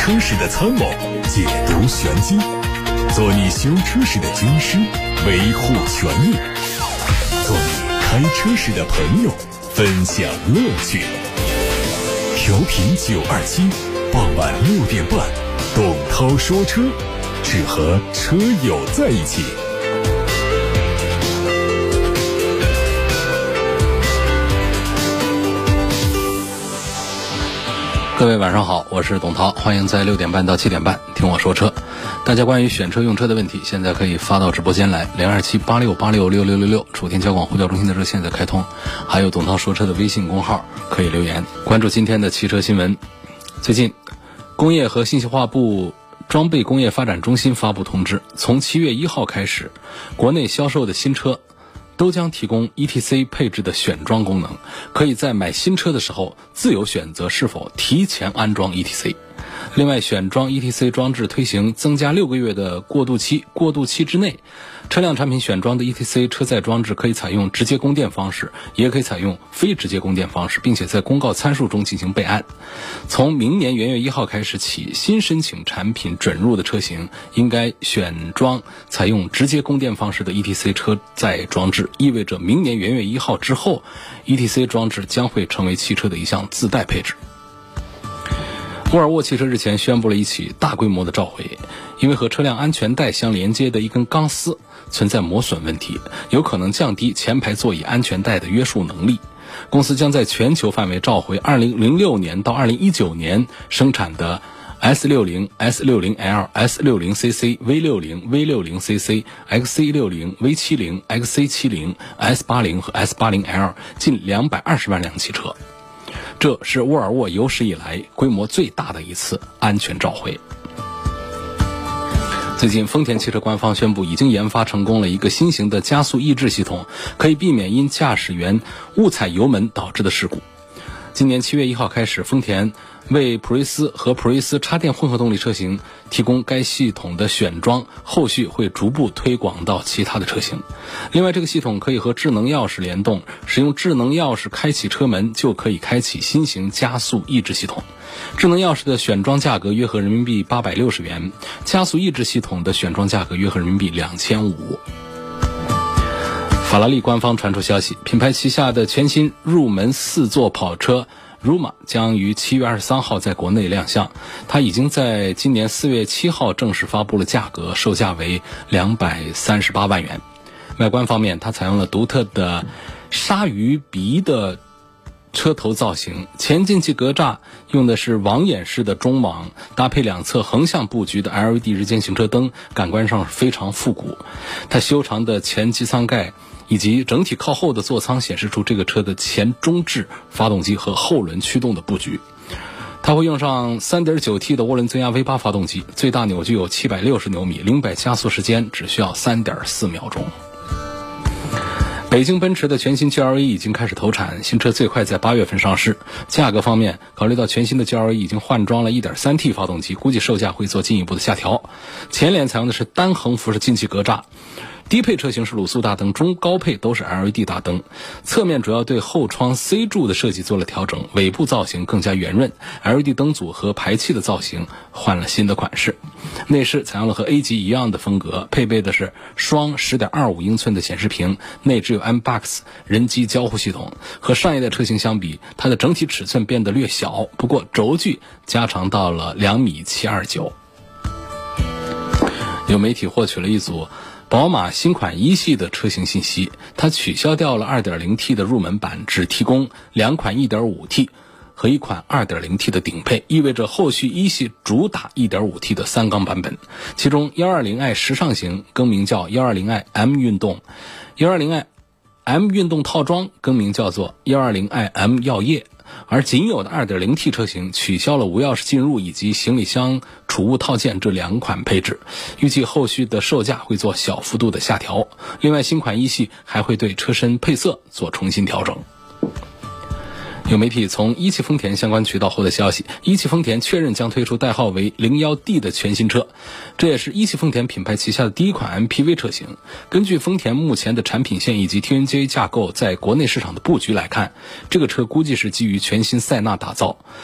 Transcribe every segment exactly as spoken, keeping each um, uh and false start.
车时的参谋，解读玄机，做你修车时的军师，维护权益，做你开车时的朋友，分享乐趣。调频九二七，傍晚六点半，董涛说车，只和车友在一起。 各位晚上好，我是董涛，欢迎在六点半到七点半听我说车。大家关于选车用车的问题，现在可以发到直播间来，零二七八六八六六六六六，楚天交广呼叫中心的热线在开通，还有董涛说车的微信公号可以留言。关注今天的汽车新闻。最近，工业和信息化部装备工业发展中心发布通知，从七月一号开始，国内销售的新车都将提供 E T C 配置的选装功能，可以在买新车的时候自由选择是否提前安装 E T C。 另外，选装 E T C 装置推行增加六个月的过渡期，过渡期之内，车辆产品选装的 E T C 车载装置可以采用直接供电方式，也可以采用非直接供电方式，并且在公告参数中进行备案。从明年元月一号开始起，新申请产品准入的车型应该选装采用直接供电方式的 E T C 车载装置，意味着明年元月一号之后， E T C 装置将会成为汽车的一项自带配置。沃尔沃汽车日前宣布了一起大规模的召回，因为和车辆安全带相连接的一根钢丝存在磨损问题，有可能降低前排座椅安全带的约束能力。公司将在全球范围召回二零零六年到二零一九年生产的 S 六十、S 六十 L、S 六十 C C、V 六十、V 六十 C C、X C 六十、V 七十、X C 七十、S 八十 和 S 八十 L 近两百二十万辆汽车。这是沃尔沃有史以来规模最大的一次安全召回。最近，丰田汽车官方宣布，已经研发成功了一个新型的加速抑制系统，可以避免因驾驶员误踩油门导致的事故。今年七月一号开始，丰田为普锐斯和普锐斯插电混合动力车型提供该系统的选装，后续会逐步推广到其他的车型。另外，这个系统可以和智能钥匙联动，使用智能钥匙开启车门就可以开启新型加速抑制系统。智能钥匙的选装价格约合人民币八百六十元，加速抑制系统的选装价格约合人民币两千五。法拉利官方传出消息，品牌旗下的全新入门四座跑车 Roma 将于七月二十三号在国内亮相，它已经在今年四月七号正式发布了价格，售价为两百三十八万元。外观方面，它采用了独特的鲨鱼鼻的车头造型，前进气格栅用的是网眼式的中网，搭配两侧横向布局的 L E D 日间行车灯，感官上非常复古。它修长的前机舱盖以及整体靠后的座舱显示出这个车的前中置发动机和后轮驱动的布局。它会用上 三点九 T 的涡轮增压 V 八 发动机，最大扭矩有七百六十牛米，零百加速时间只需要 三点四秒钟。北京奔驰的全新 G L A 已经开始投产，新车最快在八月份上市。价格方面，考虑到全新的 G L A 已经换装了 一点三 T 发动机，估计售价会做进一步的下调。前脸采用的是单横幅式进气格栅，低配车型是卤素大灯，中高配都是 L E D 大灯。侧面主要对后窗 C 柱的设计做了调整，尾部造型更加圆润， L E D 灯组和排气的造型换了新的款式。内饰采用了和 A 级一样的风格，配备的是双 十点二五英寸的显示屏，内置有 M B U X 人机交互系统。和上一代车型相比，它的整体尺寸变得略小，不过轴距加长到了两米七二九。有媒体获取了一组宝马新款一系的车型信息，它取消掉了 二点零 T 的入门版，只提供两款 一点五 T 和一款 二点零 T 的顶配，意味着后续一系主打 一点五 T 的三缸版本。其中 一二零i 时尚型更名叫 一二零i M 运动， 一二零i M 运动套装更名叫做 一二零i M 耀夜。而仅有的 二点零 T 车型取消了无钥匙进入以及行李箱储物套件这两款配置，预计后续的售价会做小幅度的下调。另外，新款一系还会对车身配色做重新调整。有媒体从一汽丰田相关渠道获得消息，一汽丰田确认将推出代号为 零一 D 的全新车，这也是一汽丰田品牌旗下的第一款 M P V 车型。根据丰田目前的产品线以及 T N G A 架构在国内市场的布局来看，这个车估计是基于全新塞纳打造。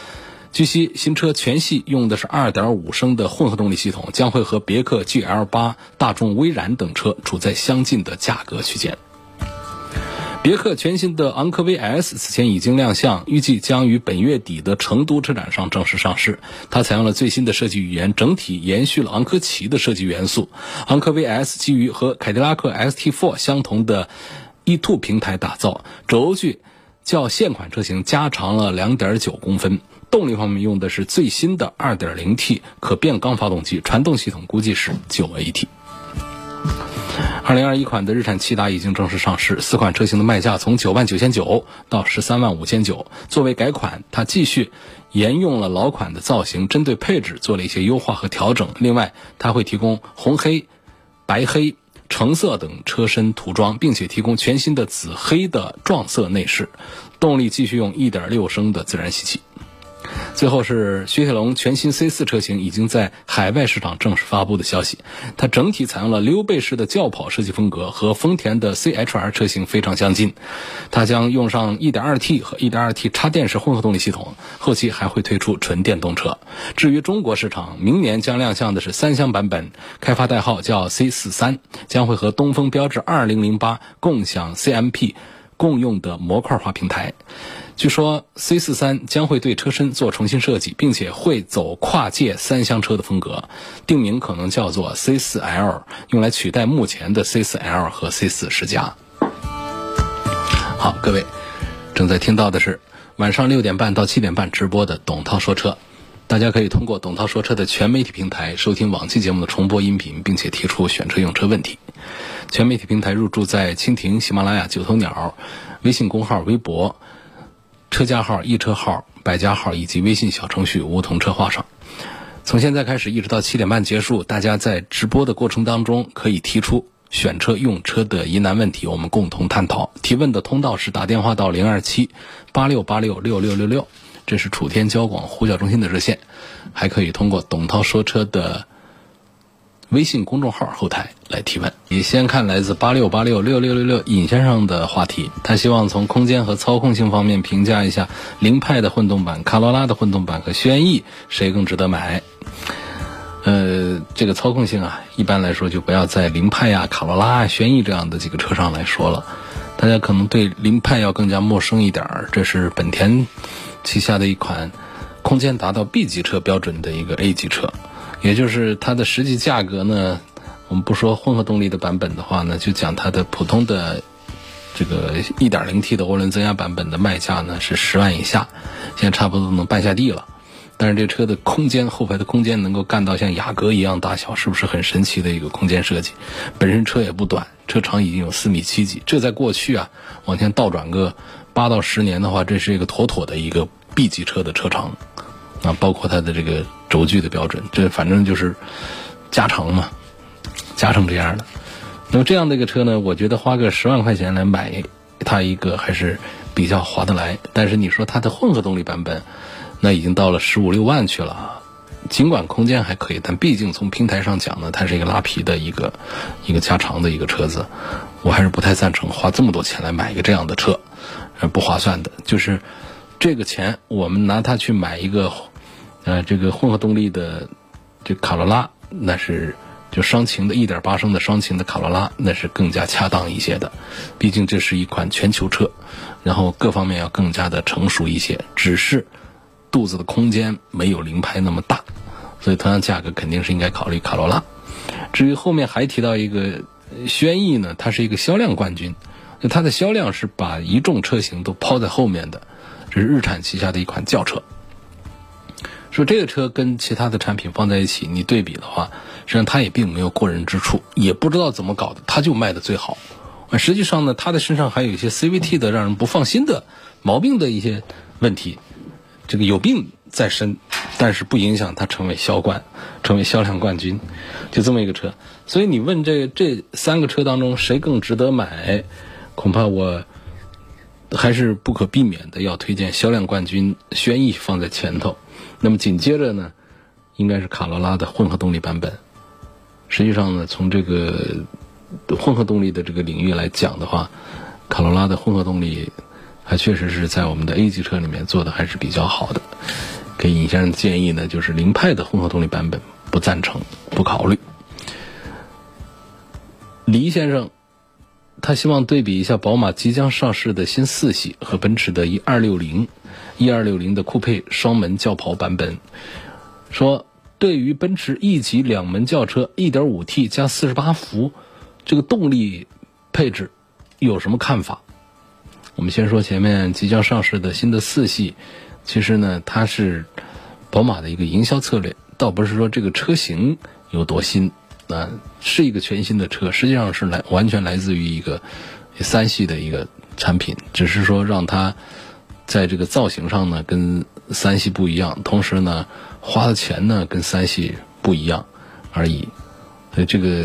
据悉，新车全系用的是 二点五 升的混合动力系统，将会和别克 G L 八、大众威然等车处在相近的价格区间。别克全新的昂科威 S 此前已经亮相，预计将于本月底的成都车展上正式上市。它采用了最新的设计语言，整体延续了昂科旗的设计元素。昂科威 S 基于和凯迪拉克 S T 四 相同的 E 二 平台打造，轴距较现款车型加长了 两点九 公分。动力方面用的是最新的 二点零 T 可变缸发动机，传动系统估计是 九 A T。二零二一款的日产骐达已经正式上市，四款车型的卖价从九万九千九到十三万五千九。作为改款，它继续沿用了老款的造型，针对配置做了一些优化和调整。另外，它会提供红黑、白黑、橙色等车身涂装，并且提供全新的紫黑的撞色内饰。动力继续用 一点六 升的自然吸气。最后是雪铁龙全新 C 四 车型已经在海外市场正式发布的消息，它整体采用了溜背式的轿跑设计风格，和丰田的 C H R 车型非常相近。它将用上 一点二 T 和 一点二 T 插电式混合动力系统，后期还会推出纯电动车。至于中国市场，明年将亮相的是三厢版本，开发代号叫 C 四十三， 将会和东风标致二零零八共享 C M P 共用的模块化平台。据说 C 四十三 将会对车身做重新设计，并且会走跨界三厢车的风格，定名可能叫做 C 四 L， 用来取代目前的 C 四 L 和 C 四十加。好，各位正在听到的是晚上六点半到七点半直播的董涛说车。大家可以通过董涛说车的全媒体平台收听往期节目的重播音频，并且提出选车用车问题。全媒体平台入驻在蜻蜓、喜马拉雅、九头鸟、微信公号、微博、车家号、易车号、百家号以及微信小程序梧桐车话上。从现在开始一直到七点半结束，大家在直播的过程当中可以提出选车用车的疑难问题，我们共同探讨。提问的通道是打电话到零二七八六八六六六六六，这是楚天交广呼叫中心的热线，还可以通过董涛说车的微信公众号后台来提问。你先看来自八六八六六六六六尹先生的话题，他希望从空间和操控性方面评价一下凌派的混动版、卡罗拉的混动版和轩逸谁更值得买。呃，这个操控性啊，一般来说就不要在凌派呀、卡罗拉、轩逸这样的几个车上来说了，大家可能对凌派要更加陌生一点。这是本田旗下的一款空间达到 B 级车标准的一个 A 级车，也就是它的实际价格呢，我们不说混合动力的版本的话呢，就讲它的普通的这个 一点零 T 的涡轮增压版本的卖价呢是十万以下，现在差不多能办下地了。但是这车的空间，后排的空间能够干到像雅阁一样大小，是不是很神奇的一个空间设计？本身车也不短，车长已经有四米七几，这在过去啊，往前倒转个八到十年的话，这是一个妥妥的一个 B 级车的车长啊，包括它的这个轴距的标准，这反正就是加长嘛，加成这样的。那么这样的一个车呢，我觉得花个十万块钱来买它一个还是比较划得来。但是你说它的混合动力版本，那已经到了十五六万去了，尽管空间还可以，但毕竟从平台上讲呢，它是一个拉皮的一个一个加长的一个车子，我还是不太赞成花这么多钱来买一个这样的车，不划算的。就是这个钱我们拿它去买一个呃这个混合动力的这卡罗拉，那是就双擎的 一点八 升的双擎的卡罗拉，那是更加恰当一些的。毕竟这是一款全球车，然后各方面要更加的成熟一些，只是肚子的空间没有凌派那么大，所以同样价格肯定是应该考虑卡罗拉。至于后面还提到一个轩逸呢，它是一个销量冠军，它的销量是把一众车型都抛在后面的，这是日产旗下的一款轿车。说这个车跟其他的产品放在一起，你对比的话，实际上它也并没有过人之处，也不知道怎么搞的，它就卖的最好。实际上呢，它的身上还有一些 C V T 的让人不放心的毛病的一些问题，这个有病在身，但是不影响它成为销冠，成为销量冠军，就这么一个车。所以你问这这三个车当中谁更值得买，恐怕我还是不可避免的要推荐销量冠军轩逸放在前头。那么紧接着呢，应该是卡罗拉的混合动力版本。实际上呢，从这个混合动力的这个领域来讲的话，卡罗拉的混合动力还确实是在我们的 A 级车里面做的还是比较好的。 给尹先生的建议呢，就是凌派的混合动力版本不赞成，不考虑。李先生他希望对比一下宝马即将上市的新四系和奔驰的一二六零 一二六零的酷配双门轿跑版本，说对于奔驰 E 级两门轿车 一点五 T 加四十八伏这个动力配置有什么看法？我们先说前面即将上市的新的四系，其实呢它是宝马的一个营销策略，倒不是说这个车型有多新，啊，是一个全新的车，实际上是来完全来自于一个三系的一个产品，只是说让它在这个造型上呢跟三系不一样，同时呢花的钱呢跟三系不一样而已。所以这个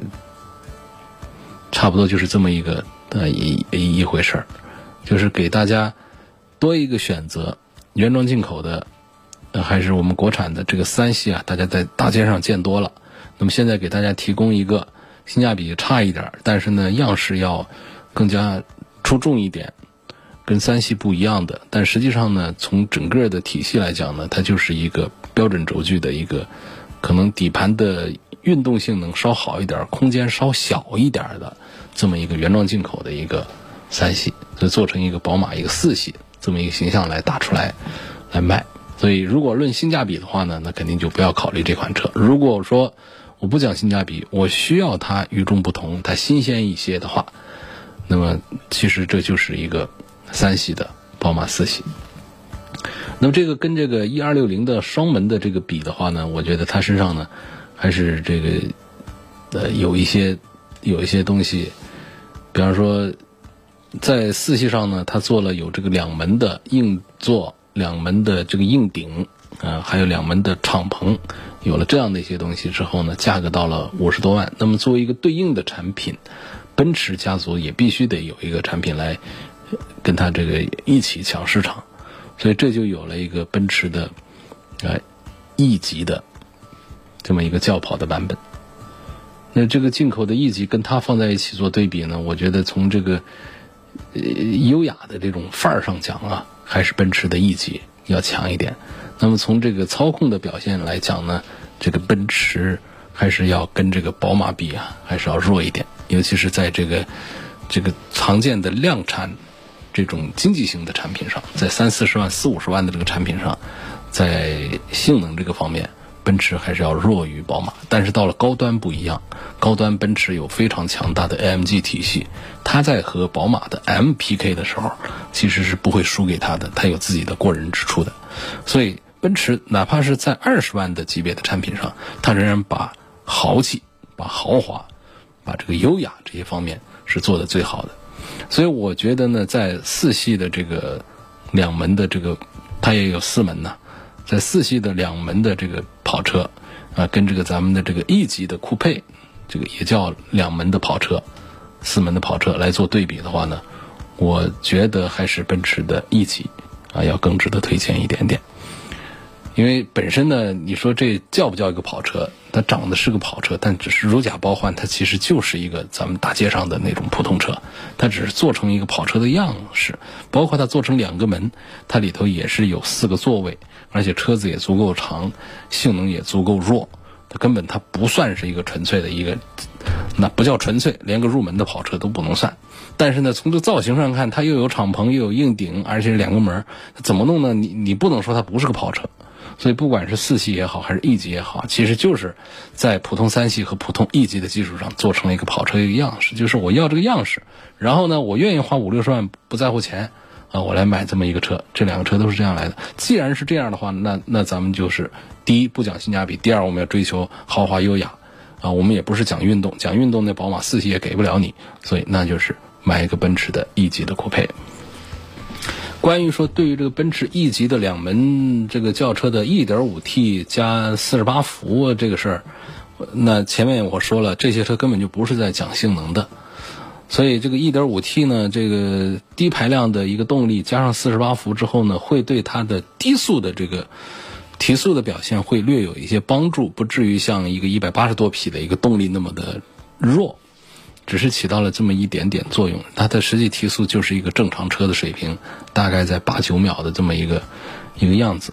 差不多就是这么一个呃一一一回事儿，就是给大家多一个选择，原装进口的、呃、还是我们国产的这个三系啊，大家在大街上见多了。那么现在给大家提供一个性价比差一点，但是呢样式要更加出众一点，跟三系不一样的，但实际上呢从整个的体系来讲呢，它就是一个标准轴距的一个，可能底盘的运动性能稍好一点，空间稍小一点的这么一个原装进口的一个三系，所以做成一个宝马一个四系这么一个形象来打出来来卖。所以如果论性价比的话呢，那肯定就不要考虑这款车。如果说我不讲性价比，我需要它与众不同，它新鲜一些的话，那么其实这就是一个三系的宝马四系。那么这个跟这个一二六零的双门的这个比的话呢，我觉得它身上呢还是这个呃有一些有一些东西，比方说在四系上呢，它做了有这个两门的硬座，两门的这个硬顶啊、呃，还有两门的敞篷，有了这样的一些东西之后呢，价格到了五十多万。那么作为一个对应的产品，奔驰家族也必须得有一个产品来跟它这个一起抢市场，所以这就有了一个奔驰的呃 E 级的这么一个轿跑的版本。那这个进口的 E 级跟它放在一起做对比呢，我觉得从这个呃优雅的这种范儿上讲啊，还是奔驰的 E 级要强一点。那么从这个操控的表现来讲呢，这个奔驰还是要跟这个宝马比啊，还是要弱一点，尤其是在这个这个常见的量产这种经济型的产品上，在三四十万四五十万的这个产品上，在性能这个方面奔驰还是要弱于宝马。但是到了高端不一样，高端奔驰有非常强大的 A M G 体系，它在和宝马的 M P K 的时候其实是不会输给它的，它有自己的过人之处的。所以奔驰哪怕是在二十万的级别的产品上，它仍然把豪气、把豪华、把这个优雅这些方面是做得最好的。所以我觉得呢，在四系的这个两门的这个，它也有四门呢，在四系的两门的这个跑车啊，跟这个咱们的这个 E 级的酷配，这个也叫两门的跑车、四门的跑车来做对比的话呢，我觉得还是奔驰的 E 级啊要更值得推荐一点点。因为本身呢，你说这叫不叫一个跑车，它长得是个跑车，但只是如假包换，它其实就是一个咱们大街上的那种普通车，它只是做成一个跑车的样式，包括它做成两个门，它里头也是有四个座位，而且车子也足够长，性能也足够弱，它根本它不算是一个纯粹的一个，那不叫纯粹，连个入门的跑车都不能算。但是呢，从这造型上看，它又有敞篷又有硬顶，而且是两个门，怎么弄呢？你你不能说它不是个跑车。所以不管是四系也好，还是 E 级也好，其实就是在普通三系和普通 E 级的基础上做成了一个跑车的一个样式，就是我要这个样式，然后呢，我愿意花五六十万不在乎钱啊，我来买这么一个车。这两个车都是这样来的。既然是这样的话，那那咱们就是第一不讲性价比，第二我们要追求豪华优雅啊，我们也不是讲运动，讲运动那宝马四系也给不了你，所以那就是买一个奔驰的 E 级的酷配。关于说对于这个奔驰 E 级的两门这个轿车的 一点五 T 加四十八伏这个事儿，那前面我说了，这些车根本就不是在讲性能的，所以这个 一点五 T 呢，这个低排量的一个动力加上四十八伏之后呢，会对它的低速的这个提速的表现会略有一些帮助，不至于像一个一百八十多匹的一个动力那么的弱，只是起到了这么一点点作用，它的实际提速就是一个正常车的水平，大概在八九秒的这么一个一个样子。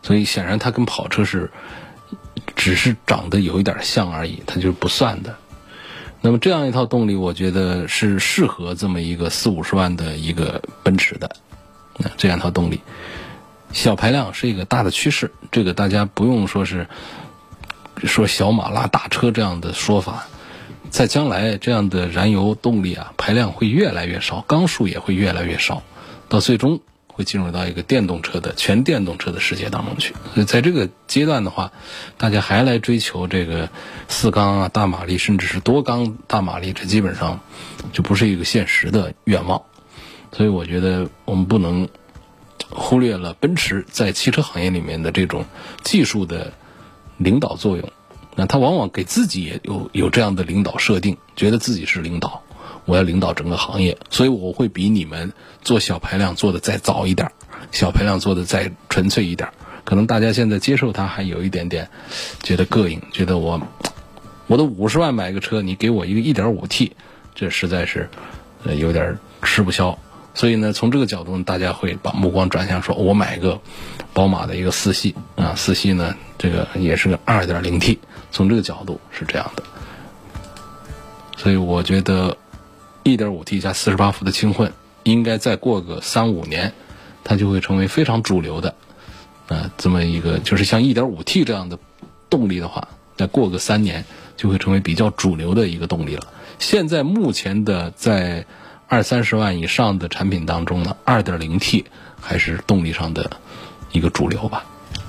所以显然它跟跑车是只是长得有一点像而已，它就是不算的。那么这样一套动力，我觉得是适合这么一个四五十万的一个奔驰的。那这样一套动力，小排量是一个大的趋势，这个大家不用说是说小马拉大车这样的说法。在将来，这样的燃油动力啊，排量会越来越少，缸数也会越来越少，到最终会进入到一个电动车的全电动车的世界当中去。所以在这个阶段的话，大家还来追求这个四缸啊、大马力，甚至是多缸大马力，这基本上就不是一个现实的愿望。所以我觉得我们不能忽略了奔驰在汽车行业里面的这种技术的领导作用。那他往往给自己也有有这样的领导设定，觉得自己是领导，我要领导整个行业，所以我会比你们做小排量做的再早一点，小排量做的再纯粹一点。可能大家现在接受它还有一点点觉得膈应，觉得我我的五十万买个车，你给我一个 一点五 T， 这实在是呃有点吃不消。所以呢，从这个角度，大家会把目光转向说，我买个宝马的一个四系啊，四系呢，这个也是个 二点零 T， 从这个角度是这样的。所以我觉得 一点五 T 加四十八伏的轻混，应该再过个三五年，它就会成为非常主流的啊、呃，这么一个就是像 一点五 T 这样的动力的话，再过个三年就会成为比较主流的一个动力了。现在目前的在二三十万以上的产品当中呢 ，二点零 T 还是动力上的一个主流吧。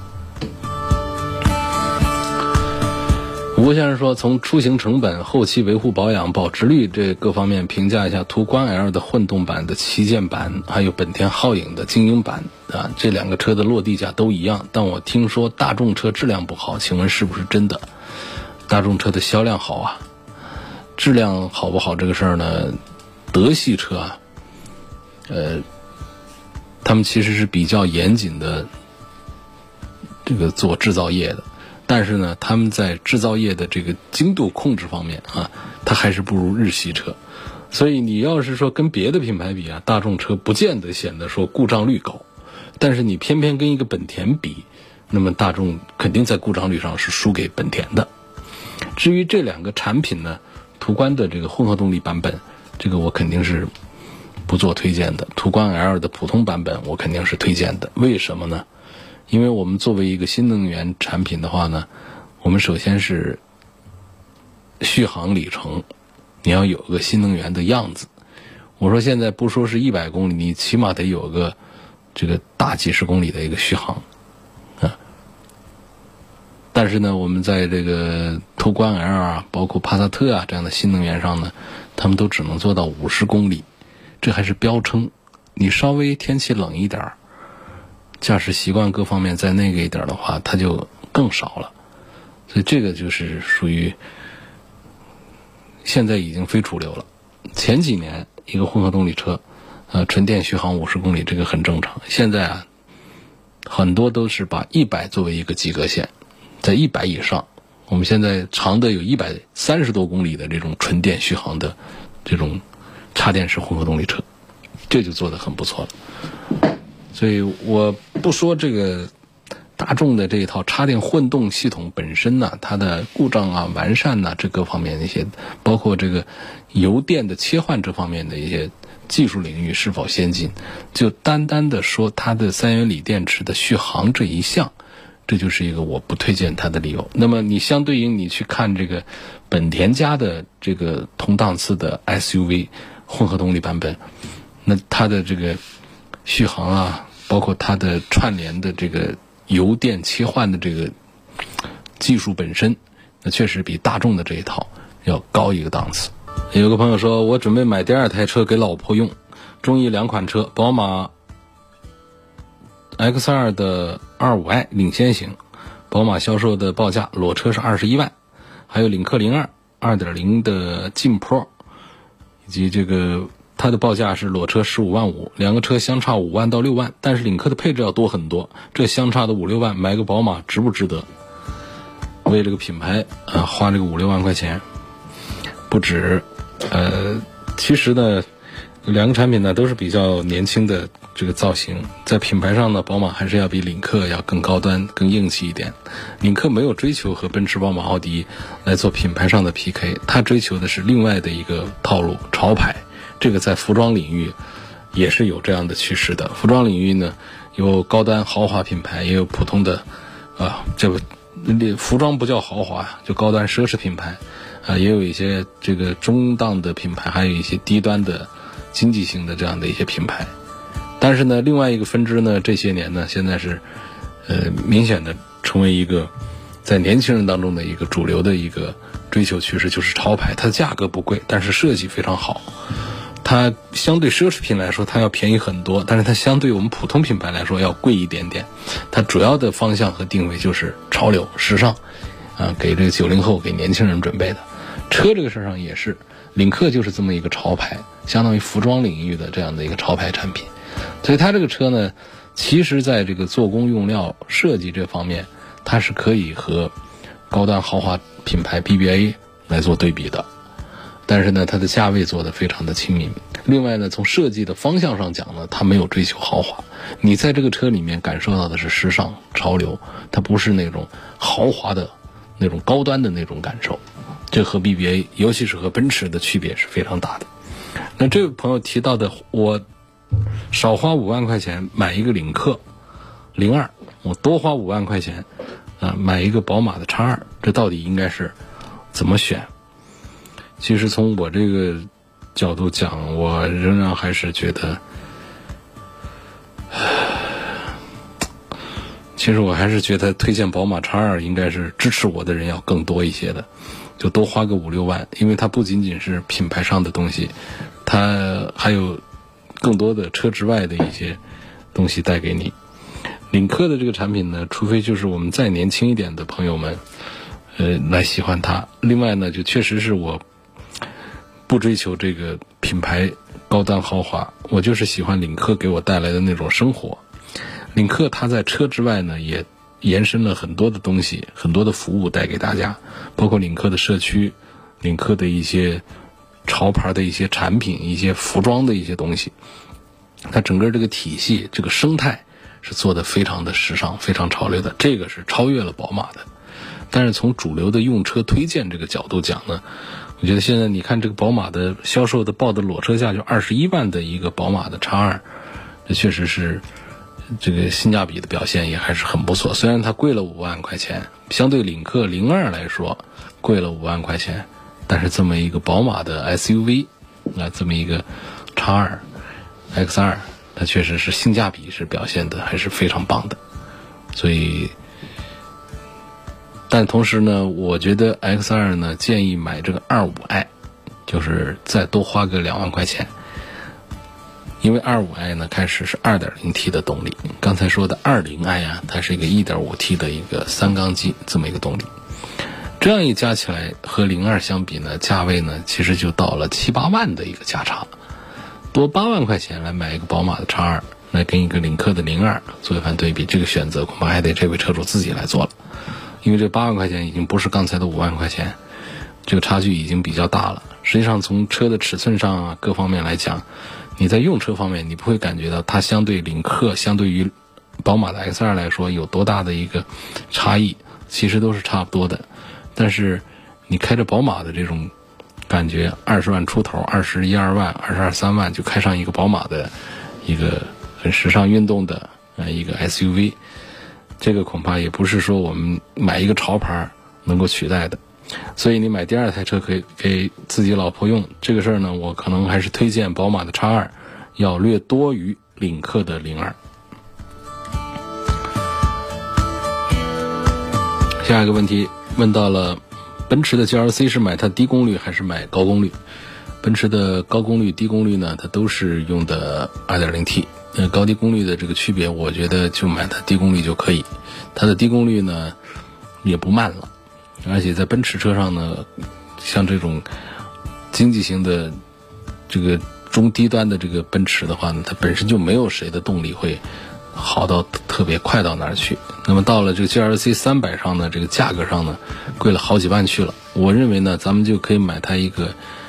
吴先生说，从出行成本、后期维护保养、保值率这各方面评价一下途观 L 的混动版的旗舰版，还有本田皓影的精英版啊，这两个车的落地价都一样，但我听说大众车质量不好，请问是不是真的？大众车的销量好啊，质量好不好这个事儿呢？德系车啊，呃，他们其实是比较严谨的这个做制造业的，但是呢，他们在制造业的这个精度控制方面啊，它还是不如日系车。所以你要是说跟别的品牌比啊，大众车不见得显得说故障率高，但是你偏偏跟一个本田比，那么大众肯定在故障率上是输给本田的。至于这两个产品呢，途观的这个混合动力版本，这个我肯定是不做推荐的。途观 L 的普通版本我肯定是推荐的。为什么呢？因为我们作为一个新能源产品的话呢，我们首先是续航里程，你要有个新能源的样子。我说现在不说是一百公里，你起码得有个这个大几十公里的一个续航啊。但是呢，我们在这个途观 L 啊，包括帕萨特啊这样的新能源上呢，他们都只能做到五十公里，这还是标称。你稍微天气冷一点，驾驶习惯各方面再那个一点的话，它就更少了。所以这个就是属于现在已经非主流了。前几年一个混合动力车，呃，纯电续航五十公里，这个很正常。现在啊，很多都是把一百作为一个及格线，在一百以上。我们现在长的有一百三十多公里的这种纯电续航的这种插电式混合动力车，这就做得很不错了。所以我不说这个大众的这一套插电混动系统本身呢、啊，它的故障啊、完善呐、啊，这各方面的一些，包括这个油电的切换这方面的一些技术领域是否先进，就单单的说它的三元锂电池的续航这一项，这就是一个我不推荐它的理由。那么你相对应你去看这个本田家的这个同档次的 S U V 混合动力版本，那它的这个续航啊，包括它的串联的这个油电切换的这个技术本身，那确实比大众的这一套要高一个档次。有个朋友说，我准备买第二台车给老婆用，中意两款车，宝马 X 二 的 二五 i 领先型，宝马销售的报价裸车是二十一万，还有领克零二 二点零 的劲 Pro， 以及这个它的报价是裸车十五万五，两个车相差五万到六万，但是领克的配置要多很多，这相差的五六万，买个宝马值不值得？为这个品牌啊花这个五六万块钱不止。呃，其实呢，两个产品呢都是比较年轻的这个造型，在品牌上呢，宝马还是要比领克要更高端、更硬气一点。领克没有追求和奔驰、宝马、奥迪来做品牌上的 P K， 它追求的是另外的一个套路，潮牌。这个在服装领域也是有这样的趋势的。服装领域呢，有高端豪华品牌，也有普通的啊，这个服装不叫豪华，就高端奢侈品牌啊，也有一些这个中档的品牌，还有一些低端的经济性的这样的一些品牌。但是呢，另外一个分支呢，这些年呢，现在是呃明显的成为一个在年轻人当中的一个主流的一个追求趋势，就是潮牌。它的价格不贵，但是设计非常好。它相对奢侈品来说，它要便宜很多，但是它相对我们普通品牌来说要贵一点点。它主要的方向和定位就是潮流、时尚，啊，给这个九零后、给年轻人准备的。车这个事上也是，领克就是这么一个潮牌，相当于服装领域的这样的一个潮牌产品。所以它这个车呢，其实在这个做工、用料、设计这方面，它是可以和高端豪华品牌 B B A 来做对比的。但是呢，它的价位做得非常的亲民。另外呢，从设计的方向上讲呢，它没有追求豪华。你在这个车里面感受到的是时尚、潮流，它不是那种豪华的那种高端的那种感受。这和 B B A， 尤其是和奔驰的区别是非常大的。那这位朋友提到的，我少花五万块钱买一个领克零二，我多花五万块钱啊买一个宝马的 X 二，这到底应该是怎么选？其实从我这个角度讲，我仍然还是觉得，其实我还是觉得推荐宝马 X 二应该是支持我的人要更多一些的，就多花个五六万，因为它不仅仅是品牌上的东西，它还有更多的车之外的一些东西带给你。领克的这个产品呢，除非就是我们再年轻一点的朋友们呃来喜欢它，另外呢就确实是我不追求这个品牌高端豪华，我就是喜欢领克给我带来的那种生活。领克它在车之外呢也延伸了很多的东西，很多的服务带给大家，包括领克的社区，领克的一些潮牌的一些产品，一些服装的一些东西。它整个这个体系，这个生态是做得非常的时尚，非常潮流的，这个是超越了宝马的。但是从主流的用车推荐这个角度讲呢，我觉得现在你看这个宝马的销售的报的裸车价就二十一万的一个宝马的 X 二，这确实是这个性价比的表现也还是很不错。虽然它贵了五万块钱，相对领克零二来说贵了五万块钱，但是这么一个宝马的 S U V 啊，这么一个 X 二 X 二，它确实是性价比是表现的还是非常棒的。所以但同时呢，我觉得 X 二 呢建议买这个 二五 i， 就是再多花个两万块钱。因为 二五 i 呢开始是 二点零 T 的动力，刚才说的 二十 i 啊，它是一个 一点五 T 的一个三缸机这么一个动力。这样一加起来和零二相比呢，价位呢其实就到了七八万的一个价差，多八万块钱来买一个宝马的 X 二，来跟一个领克的零二做一番对比，这个选择恐怕还得这位车主自己来做了。因为这八万块钱已经不是刚才的五万块钱，这个差距已经比较大了。实际上从车的尺寸上啊各方面来讲，你在用车方面你不会感觉到它相对领克相对于宝马的 X 二 来说有多大的一个差异，其实都是差不多的。但是你开着宝马的这种感觉，二十万出头，二十一二万，二十二三万就开上一个宝马的一个很时尚运动的呃一个 S U V， 这个恐怕也不是说我们买一个潮牌能够取代的。所以你买第二台车可以给自己老婆用，这个事儿呢，我可能还是推荐宝马的 X 二要略多于领克的零二。下一个问题问到了奔驰的 G L C 是买它低功率还是买高功率？奔驰的高功率低功率呢，它都是用的 二点零 T， 呃，高低功率的这个区别我觉得就买它低功率就可以。它的低功率呢也不慢了，而且在奔驰车上呢，像这种经济型的这个中低端的这个奔驰的话呢，它本身就没有谁的动力会好到特别快到哪儿去。那么到了这个 G L C 三百上呢，这个价格上呢贵了好几万去了。我认为呢，咱们就可以买它一个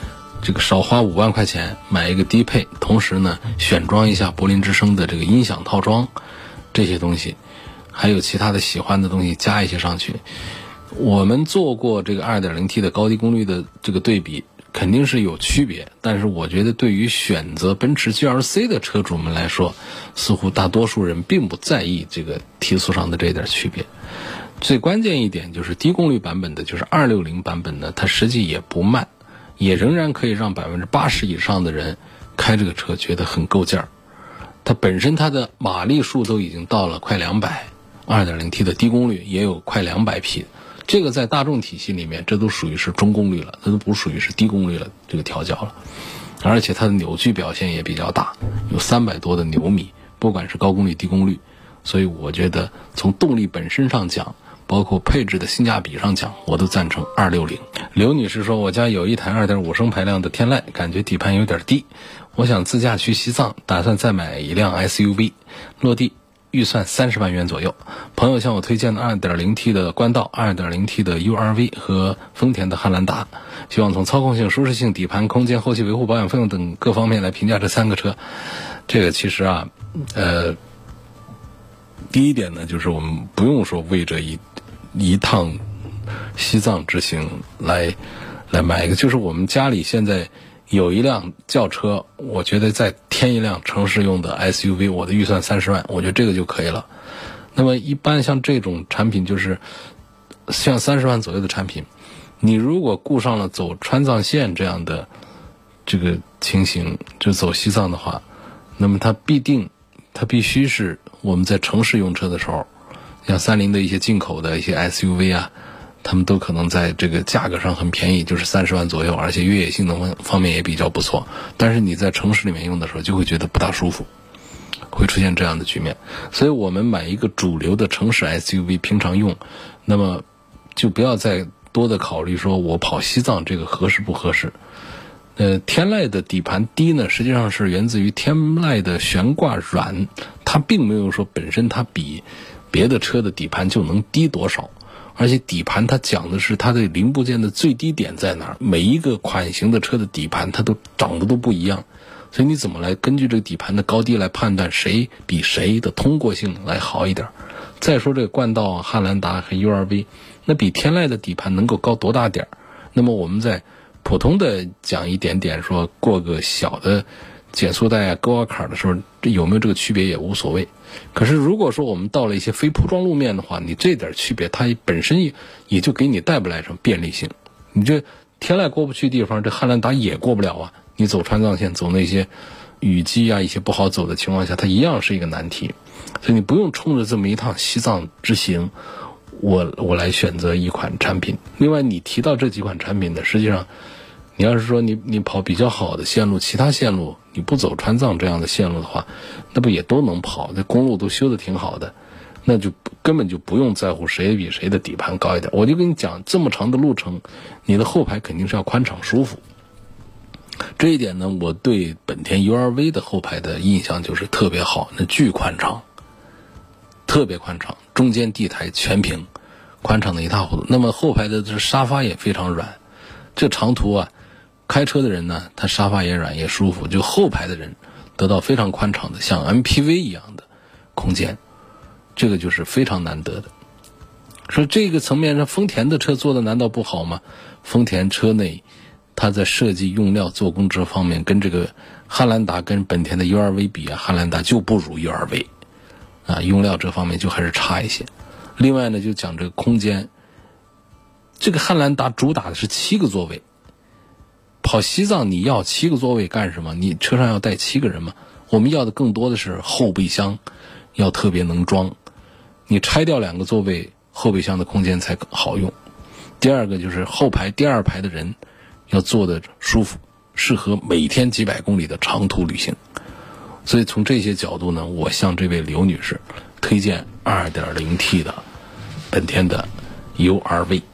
这个少花五万块钱买一个低配，同时呢选装一下柏林之声的这个音响套装，这些东西还有其他的喜欢的东西加一些上去。我们做过这个 二点零 T 的高低功率的这个对比，肯定是有区别，但是我觉得对于选择奔驰 G L C 的车主们来说，似乎大多数人并不在意这个提速上的这点区别。最关键一点就是低功率版本的，就是二六零版本呢，它实际也不慢，也仍然可以让百分之八十以上的人开这个车觉得很够劲儿。它本身它的马力数都已经到了快两百， 二点零 T 的低功率也有快两百匹，这个在大众体系里面这都属于是中功率了，这都不属于是低功率了这个调教了。而且它的扭矩表现也比较大，有三百多的牛米，不管是高功率低功率，所以我觉得从动力本身上讲，包括配置的性价比上讲，我都赞成二六零。刘女士说，我家有一台 二点五 升排量的天籁，感觉底盘有点低，我想自驾去西藏，打算再买一辆 S U V， 落地预算三十万元左右。朋友向我推荐的 二点零 T 的冠道、二点零 T 的 U R V 和丰田的汉兰达，希望从操控性、舒适性、底盘、空间、后期维护保养费用等各方面来评价这三个车。这个其实啊，呃，第一点呢，就是我们不用说为这一一趟西藏之行来来买一个，就是我们家里现在有一辆轿车，我觉得再添一辆城市用的 S U V， 我的预算三十万，我觉得这个就可以了。那么一般像这种产品，就是像三十万左右的产品，你如果顾上了走川藏线这样的这个情形，就走西藏的话，那么它必定它必须是我们在城市用车的时候，像三菱的一些进口的一些 S U V 啊，他们都可能在这个价格上很便宜，就是三十万左右，而且越野性能方面也比较不错。但是你在城市里面用的时候，就会觉得不大舒服，会出现这样的局面。所以我们买一个主流的城市 S U V 平常用，那么就不要再多的考虑说我跑西藏这个合适不合适。呃，天籁的底盘低呢，实际上是源自于天籁的悬挂软，它并没有说本身它比别的车的底盘就能低多少。而且底盘它讲的是它的零部件的最低点在哪儿，每一个款型的车的底盘它都长得都不一样，所以你怎么来根据这个底盘的高低来判断谁比谁的通过性来好一点。再说这个冠道、汉兰达和 U R V， 那比天籁的底盘能够高多大点儿？那么我们在普通的讲一点点，说过个小的减速带啊、沟啊坎的时候，这有没有这个区别也无所谓。可是如果说我们到了一些非铺装路面的话，你这点区别它本身也也就给你带不来什么便利性。你这天籁过不去地方，这汉兰达也过不了啊。你走川藏线，走那些雨季啊，一些不好走的情况下，它一样是一个难题。所以你不用冲着这么一趟西藏之行，我我来选择一款产品。另外你提到这几款产品呢，实际上你要是说你你跑比较好的线路，其他线路你不走川藏这样的线路的话，那不也都能跑，这公路都修得挺好的，那就根本就不用在乎谁比谁的底盘高一点。我就跟你讲，这么长的路程，你的后排肯定是要宽敞舒服。这一点呢，我对本田 U R V 的后排的印象就是特别好，那巨宽敞，特别宽敞，中间地台全平，宽敞的一塌糊涂。那么后排的这沙发也非常软，这长途啊，开车的人呢，他沙发也软也舒服，就后排的人得到非常宽敞的像 M P V 一样的空间，这个就是非常难得的。说这个层面上丰田的车做的难道不好吗？丰田车内它在设计用料做工这方面跟这个汉兰达跟本田的 U R V 比啊，汉兰达就不如 U R V 啊，用料这方面就还是差一些。另外呢，就讲这个空间，这个汉兰达主打的是七个座位，跑西藏你要七个座位干什么？你车上要带七个人吗？我们要的更多的是后备箱要特别能装，你拆掉两个座位，后备箱的空间才好用。第二个就是后排第二排的人要坐得舒服，适合每天几百公里的长途旅行。所以从这些角度呢，我向这位刘女士推荐 二点零 T 的本田的 U R V。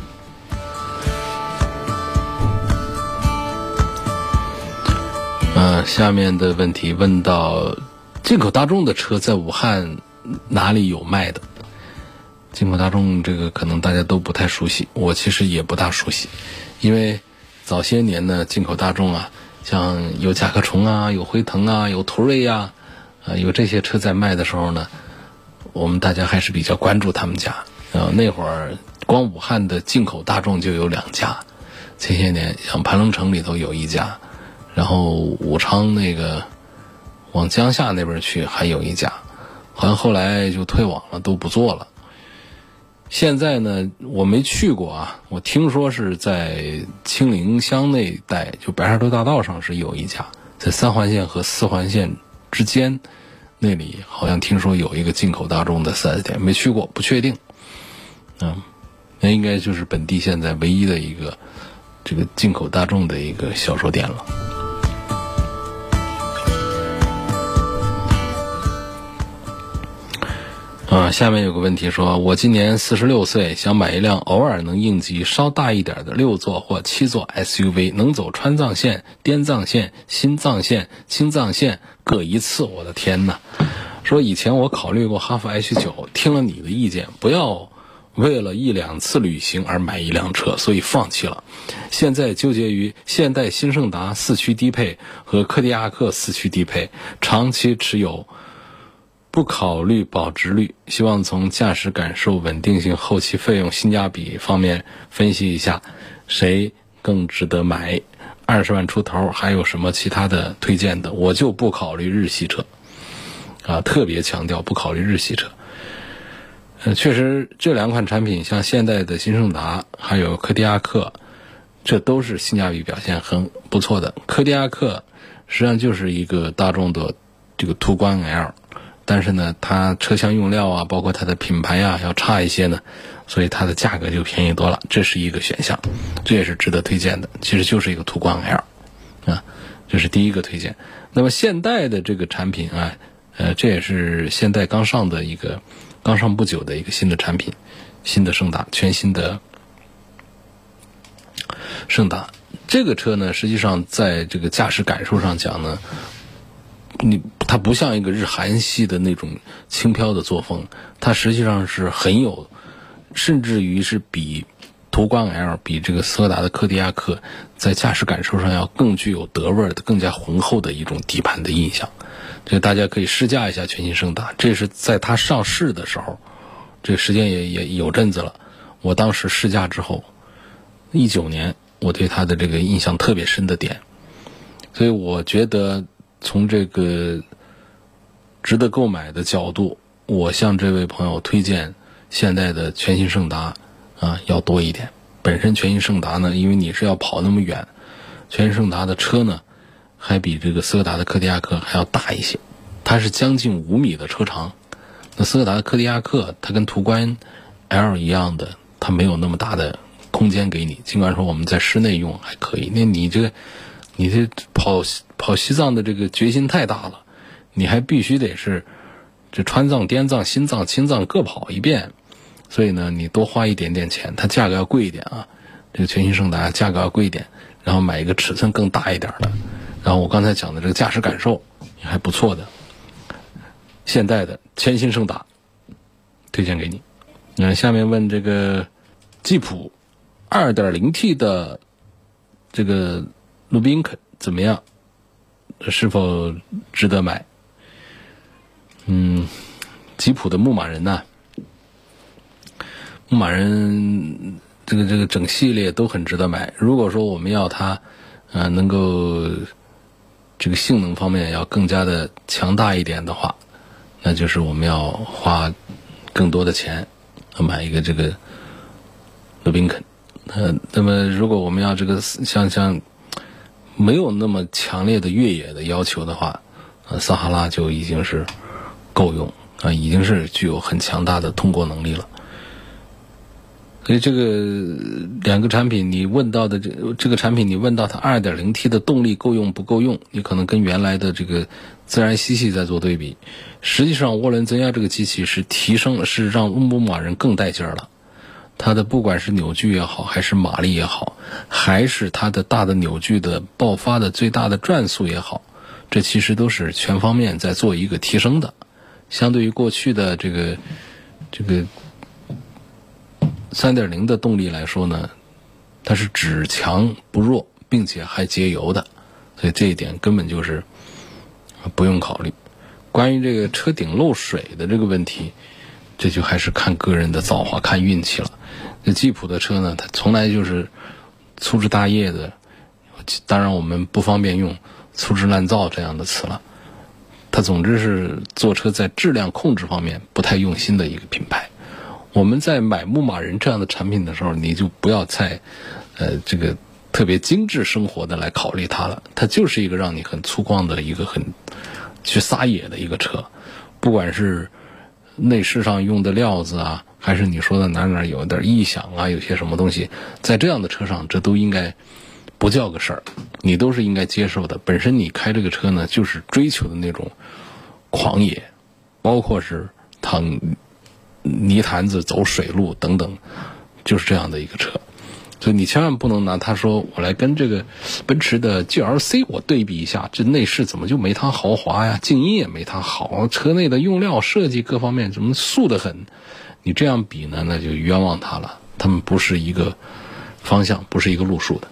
呃，下面的问题问到进口大众的车在武汉哪里有卖的？进口大众这个可能大家都不太熟悉，我其实也不大熟悉，因为早些年呢，进口大众啊，像有甲壳虫啊，有辉腾啊，有途锐呀，啊，有这些车在卖的时候呢，我们大家还是比较关注他们家。呃，那会儿光武汉的进口大众就有两家，前些年像盘龙城里头有一家，然后武昌那个往江夏那边去还有一家，好像后来就退网了，都不做了。现在呢，我没去过啊，我听说是在清陵乡那一带，就白沙洲大道上是有一家，在三环线和四环线之间那里好像听说有一个进口大众的 四 S 店，没去过，不确定。嗯，那应该就是本地现在唯一的一个这个进口大众的一个销售店了。啊，下面有个问题说，我今年四十六岁，想买一辆偶尔能应急稍大一点的六座或七座 S U V， 能走川藏线、滇藏线、新藏线、青藏线各一次。我的天哪！说以前我考虑过哈弗 H 九，听了你的意见，不要为了一两次旅行而买一辆车，所以放弃了。现在纠结于现代新胜达四驱低配和柯迪亚克四驱低配，长期持有，不考虑保值率，希望从驾驶感受、稳定性、后期费用、性价比方面分析一下，谁更值得买？二十万出头，还有什么其他的推荐的？我就不考虑日系车，啊，特别强调不考虑日系车。呃，确实这两款产品，像现代的新胜达，还有柯迪亚克，这都是性价比表现很不错的。柯迪亚克实际上就是一个大众的这个途观 L。但是呢，它车厢用料啊，包括它的品牌啊，要差一些呢，所以它的价格就便宜多了，这是一个选项，这也是值得推荐的。其实就是一个途观 L， 啊，这是第一个推荐。那么现代的这个产品啊，呃，这也是现代刚上的一个，刚上不久的一个新的产品，新的胜达，全新的胜达。这个车呢，实际上在这个驾驶感受上讲呢，你它不像一个日韩系的那种轻飘的作风，它实际上是很有，甚至于是比途观 L、比这个斯柯达的柯迪亚克在驾驶感受上要更具有德味的、更加浑厚的一种底盘的印象。这个大家可以试驾一下全新胜达，这是在它上市的时候，这个时间也也有阵子了。我当时试驾之后，一九年，我对它的这个印象特别深的点，所以我觉得。从这个值得购买的角度，我向这位朋友推荐现在的全新胜达啊要多一点。本身全新胜达呢，因为你是要跑那么远，全新胜达的车呢还比这个斯柯达的柯迪亚克还要大一些，它是将近五米的车长。那斯柯达的柯迪亚克它跟途观 L 一样的，它没有那么大的空间给你，尽管说我们在室内用还可以，那你这个你这跑跑西藏的这个决心太大了，你还必须得是这川藏、滇藏、新藏、青藏各跑一遍，所以呢，你多花一点点钱，它价格要贵一点啊。这个全新胜达价格要贵一点，然后买一个尺寸更大一点的，然后我刚才讲的这个驾驶感受也还不错的，现代的全新胜达推荐给你。那下面问这个吉普 二点零 T 的这个鲁宾肯怎么样？是否值得买？嗯，吉普的牧马人呐、啊，牧马人这个这个整系列都很值得买。如果说我们要它，呃，能够这个性能方面要更加的强大一点的话，那就是我们要花更多的钱买一个这个鲁宾肯。呃，那么如果我们要这个像像没有那么强烈的越野的要求的话，呃，撒哈拉就已经是够用啊、呃，已经是具有很强大的通过能力了。所以这个两个产品你问到的这这个产品你问到它 二点零 T 的动力够用不够用，你可能跟原来的这个自然吸气在做对比。实际上涡轮增压这个机器是提升，是让牧马人更带劲儿了。它的不管是扭矩也好，还是马力也好，还是它的大的扭矩的爆发的最大的转速也好，这其实都是全方面在做一个提升的。相对于过去的这个这个 三点零 的动力来说呢，它是只强不弱， 并且还节油的，所以这一点根本就是不用考虑。关于这个车顶漏水的这个问题，这就还是看个人的造化，看运气了。这吉普的车呢，它从来就是粗枝大叶的，当然我们不方便用粗制滥造这样的词了，它总之是做车在质量控制方面不太用心的一个品牌。我们在买牧马人这样的产品的时候，你就不要再呃这个特别精致生活的来考虑它了，它就是一个让你很粗犷的一个很去撒野的一个车，不管是内饰上用的料子啊，还是你说的哪哪有点异响啊，有些什么东西，在这样的车上这都应该不叫个事儿，你都是应该接受的。本身你开这个车呢，就是追求的那种狂野，包括是趟泥潭子走水路等等，就是这样的一个车。所以你千万不能拿它说我来跟这个奔驰的 G L C 我对比一下，这内饰怎么就没它豪华呀，静音也没它好，车内的用料设计各方面怎么素得很，你这样比呢，那就冤枉它了，他们不是一个方向，不是一个路数的。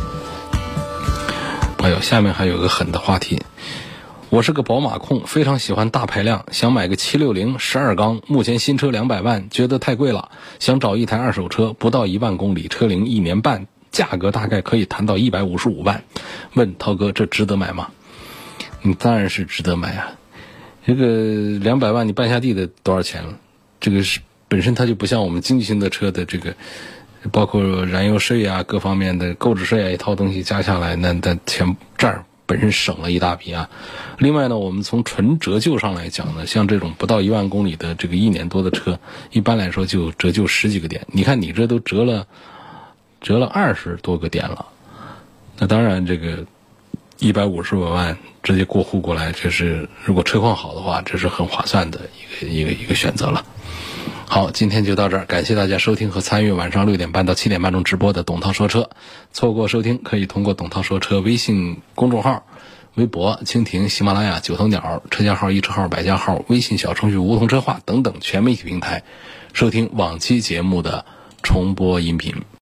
哎呦，下面还有个狠的话题。我是个宝马控，非常喜欢大排量，想买个七六零十二缸，目前新车两百万，觉得太贵了，想找一台二手车，不到一万公里，车龄一年半，价格大概可以谈到一百五十五万。问涛哥，这值得买吗？你当然是值得买啊！这个两百万你办下地的多少钱了？这个是本身它就不像我们经济型的车的这个，包括燃油税啊各方面的购置税啊一套东西加下来，那那钱这儿本身省了一大笔啊。另外呢，我们从纯折旧上来讲呢，像这种不到一万公里的这个一年多的车，一般来说就折旧十几个点。你看你这都折了折了二十多个点了，那当然这个一百五十多万直接过户过来，这是如果车况好的话，这是很划算的一个一个一个选择了。好，今天就到这儿，感谢大家收听和参与晚上六点半到七点半钟直播的董涛说车。错过收听可以通过董涛说车微信公众号、微博、蜻蜓、喜马拉雅、九头鸟、车家号、一车号、百家号、微信小程序梧桐车话等等全媒体平台收听往期节目的重播音频。